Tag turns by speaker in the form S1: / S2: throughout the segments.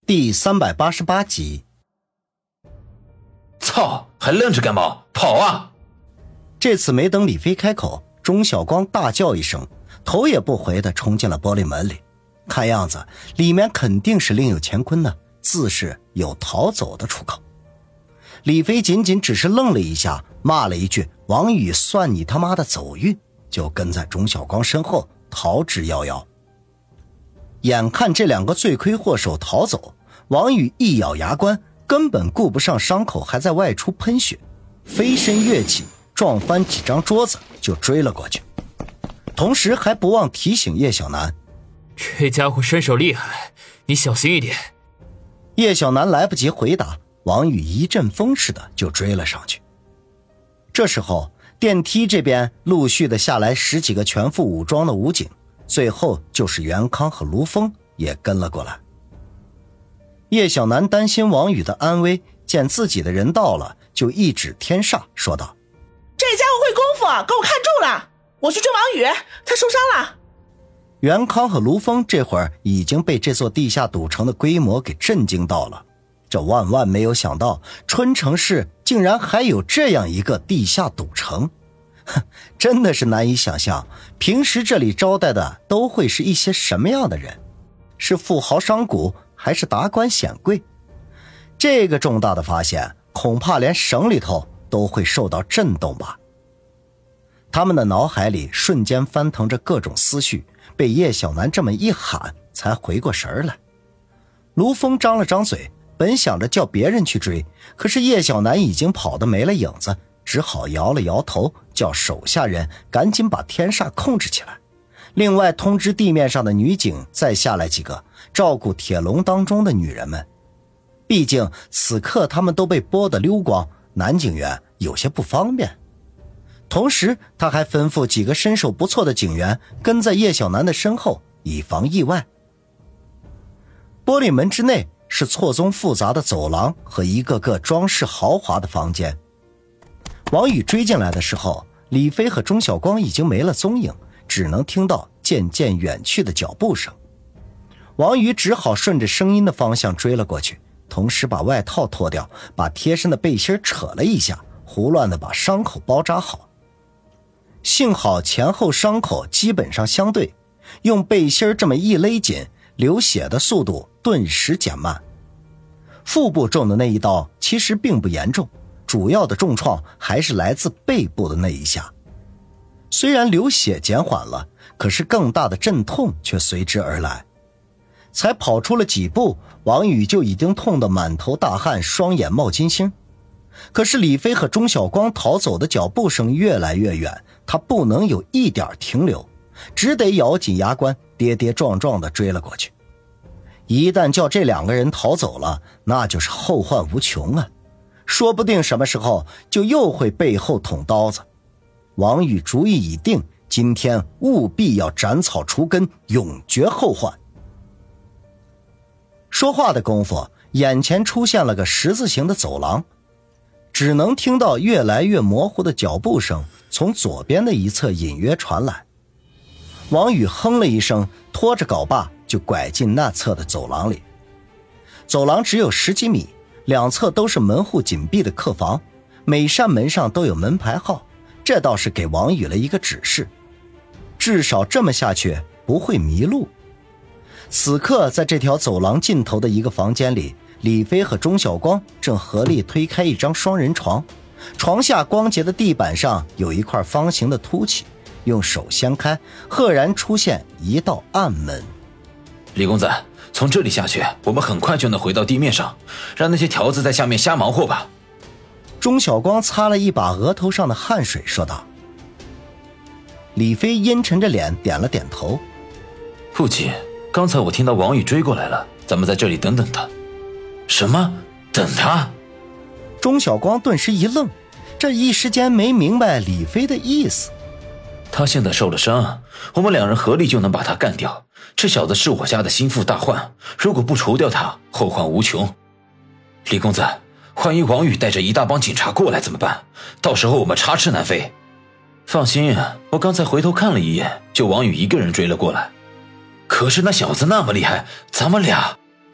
S1: 第388集。
S2: 操，还愣着干嘛？跑啊！
S1: 这次没等李飞开口，钟晓光大叫一声，头也不回地冲进了玻璃门里。看样子里面肯定是另有乾坤呢，自是有逃走的出口。李飞仅仅只是愣了一下，骂了一句王宇算你他妈的走运，就跟在钟晓光身后逃之夭夭。眼看这两个罪魁祸首逃走，王宇一咬牙关，根本顾不上伤口还在外出喷血，飞身跃起，撞翻几张桌子就追了过去，同时还不忘提醒叶小楠，
S3: 这家伙身手厉害，你小心一点。
S1: 叶小楠来不及回答，王宇一阵风似的就追了上去。这时候电梯这边陆续的下来10几个全副武装的武警，最后就是袁康和卢峰也跟了过来。叶小楠担心王宇的安危，见自己的人到了，就一指天煞说道，
S4: 这家伙会功夫，给我看住了，我去追王宇，他受伤了。
S1: 袁康和卢峰这会儿已经被这座地下赌城的规模给震惊到了，这万万没有想到春城市竟然还有这样一个地下赌城，真的是难以想象，平时这里招待的都会是一些什么样的人，是富豪商贾还是达官显贵？这个重大的发现恐怕连省里头都会受到震动吧。他们的脑海里瞬间翻腾着各种思绪，被叶小楠这么一喊才回过神来。卢峰张了张嘴，本想着叫别人去追，可是叶小楠已经跑得没了影子，只好摇了摇头，叫手下人赶紧把天煞控制起来，另外通知地面上的女警再下来几个，照顾铁笼当中的女人们。毕竟此刻他们都被剥得溜光，男警员有些不方便。同时他还吩咐几个身手不错的警员跟在叶小楠的身后，以防意外。玻璃门之内是错综复杂的走廊和一个个装饰豪华的房间。王宇追进来的时候，李飞和钟晓光已经没了踪影，只能听到渐渐远去的脚步声。王宇只好顺着声音的方向追了过去，同时把外套脱掉，把贴身的背心扯了一下，胡乱地把伤口包扎好。幸好前后伤口基本上相对，用背心这么一勒紧，流血的速度顿时减慢。腹部中的那一刀其实并不严重，主要的重创还是来自背部的那一下。虽然流血减缓了，可是更大的阵痛却随之而来。才跑出了几步，王宇就已经痛得满头大汗，双眼冒金星。可是李飞和钟晓光逃走的脚步声越来越远，他不能有一点停留，只得咬紧牙关，跌跌撞撞地追了过去。一旦叫这两个人逃走了，那就是后患无穷啊，说不定什么时候就又会背后捅刀子。王宇主意已定，今天务必要斩草除根，永绝后患。说话的功夫，眼前出现了个十字形的走廊，只能听到越来越模糊的脚步声从左边的一侧隐约传来。王宇哼了一声，拖着镐把就拐进那侧的走廊里。走廊只有10几米，两侧都是门户紧闭的客房，每扇门上都有门牌号，这倒是给王宇了一个指示，至少这么下去不会迷路。此刻在这条走廊尽头的一个房间里，李飞和钟晓光正合力推开一张双人床，床下光洁的地板上有一块方形的凸起，用手掀开，赫然出现一道暗门。
S2: 李公子，从这里下去，我们很快就能回到地面上，让那些条子在下面瞎忙活吧。
S1: 钟晓光擦了一把额头上的汗水说道。李飞阴沉着脸点了点头。
S2: 父亲，刚才我听到王宇追过来了，咱们在这里等等他。什么？等他？
S1: 钟晓光顿时一愣，这一时间没明白李飞的意思。
S2: 他现在受了伤，我们两人合力就能把他干掉。这小子是我家的心腹大患，如果不除掉他，后患无穷。李公子，万一王宇带着一大帮警察过来怎么办？到时候我们插翅难飞。放心，我刚才回头看了一眼，就王宇一个人追了过来。可是那小子那么厉害，咱们俩……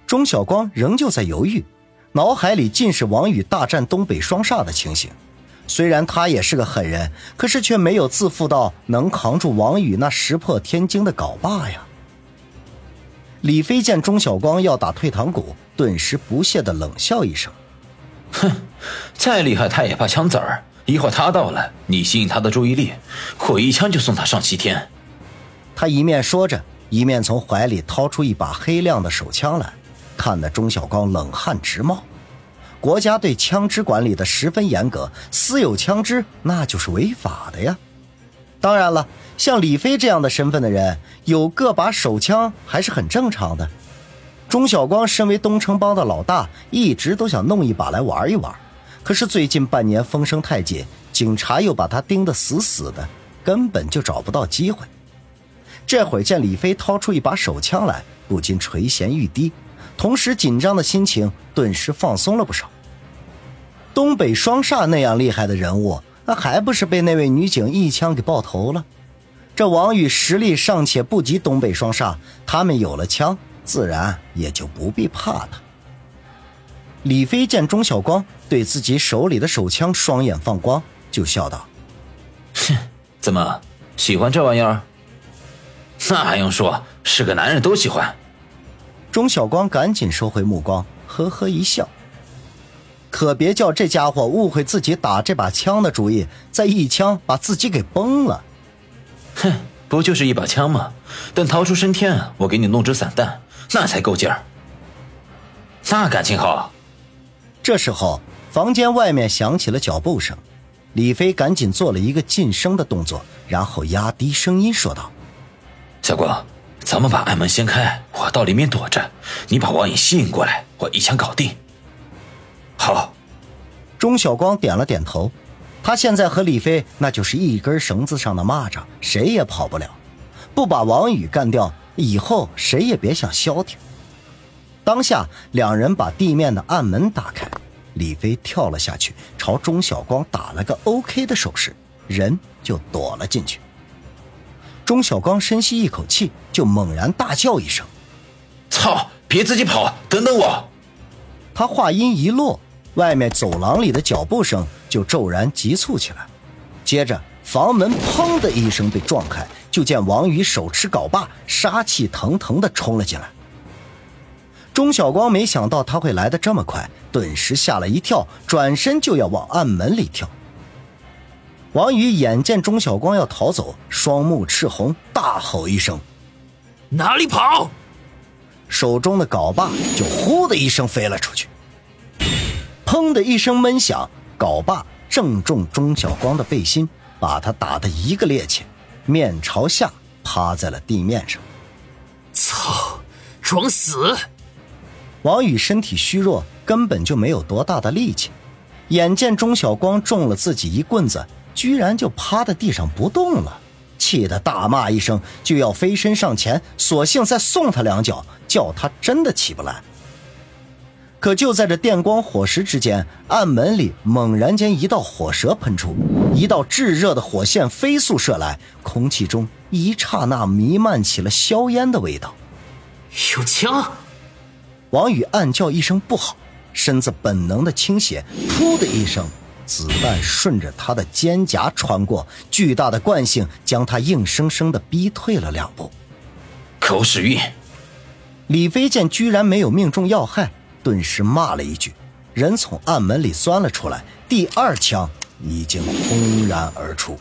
S1: 钟晓光仍旧在犹豫，脑海里尽是王宇大战东北双煞的情形。虽然他也是个狠人，可是却没有自负到能扛住王宇那石破天惊的镐把呀。李飞见钟晓光要打退堂鼓，顿时不屑地冷笑一声：
S2: 哼，再厉害他也怕枪子儿，一会儿他到了，你吸引他的注意力，我一枪就送他上西天。
S1: 他一面说着，一面从怀里掏出一把黑亮的手枪来，看得钟晓光冷汗直冒。国家对枪支管理的十分严格，私有枪支那就是违法的呀。当然了，像李飞这样的身份的人，有个把手枪还是很正常的。钟晓光身为东城帮的老大，一直都想弄一把来玩一玩，可是最近半年风声太紧，警察又把他盯得死死的，根本就找不到机会。这会儿见李飞掏出一把手枪来，不禁垂涎欲滴，同时紧张的心情顿时放松了不少。东北双煞那样厉害的人物，那还不是被那位女警一枪给爆头了？这王宇实力尚且不及东北双煞，他们有了枪，自然也就不必怕他。李飞见钟晓光对自己手里的手枪双眼放光，就笑道：
S2: 哼，怎么喜欢这玩意儿？那还用说，是个男人都喜欢。
S1: 钟晓光赶紧收回目光，呵呵一笑。可别叫这家伙误会自己打这把枪的主意，再一枪把自己给崩了。
S2: 哼，不就是一把枪吗？等逃出升天，我给你弄只散弹，那才够劲儿。那感情好。
S1: 这时候房间外面响起了脚步声，李飞赶紧做了一个噤声的动作，然后压低声音说道：
S2: 小光，咱们把暗门掀开，我到里面躲着，你把王颖吸引过来，我一枪搞定。好。
S1: 钟晓光点了点头，他现在和李飞那就是一根绳子上的蚂蚱，谁也跑不了。不把王宇干掉，以后谁也别想消停。当下两人把地面的暗门打开，李飞跳了下去，朝钟晓光打了个 OK 的手势，人就躲了进去。钟晓光深吸一口气，就猛然大叫一声：
S2: 操，别自己跑，等等我。
S1: 他话音一落，外面走廊里的脚步声就骤然急促起来，接着房门砰的一声被撞开，就见王宇手持镐把，杀气腾腾地冲了进来。钟晓光没想到他会来得这么快，顿时吓了一跳，转身就要往暗门里跳。王宇眼见钟晓光要逃走，双目赤红，大吼一声：
S3: 哪里跑！
S1: 手中的镐把就呼的一声飞了出去，砰的一声闷响，镐把正中钟晓光的背心，把他打得一个趔趄，面朝下趴在了地面上。
S3: 操，装死！
S1: 王宇身体虚弱，根本就没有多大的力气，眼见钟晓光中了自己一棍子，居然就趴在地上不动了，气得大骂一声，就要飞身上前，索性再送他两脚，叫他真的起不来。可就在这电光火石之间，暗门里猛然间一道火舌喷出，一道炙热的火线飞速射来，空气中一刹那弥漫起了硝烟的味道。
S3: 有枪！
S1: 王宇暗叫一声不好，身子本能的倾斜，噗的一声，子弹顺着他的肩胛穿过，巨大的惯性将他硬生生的逼退了2步。
S2: 狗屎运！
S1: 李飞见居然没有命中要害，顿时骂了一句，人从暗门里钻了出来，第2枪已经轰然而出。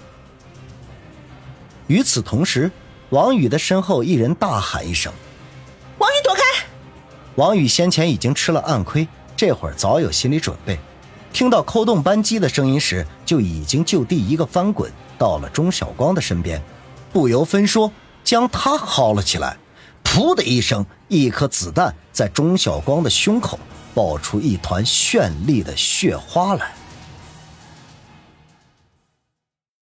S1: 与此同时，王宇的身后一人大喊一声：
S4: 王宇躲开！
S1: 王宇先前已经吃了暗亏，这会儿早有心理准备，听到扣动扳机的声音时，就已经就地一个翻滚到了钟晓光的身边，不由分说将他薅了起来，噗的一声，一颗子弹在钟晓光的胸口爆出一团绚丽的血花来。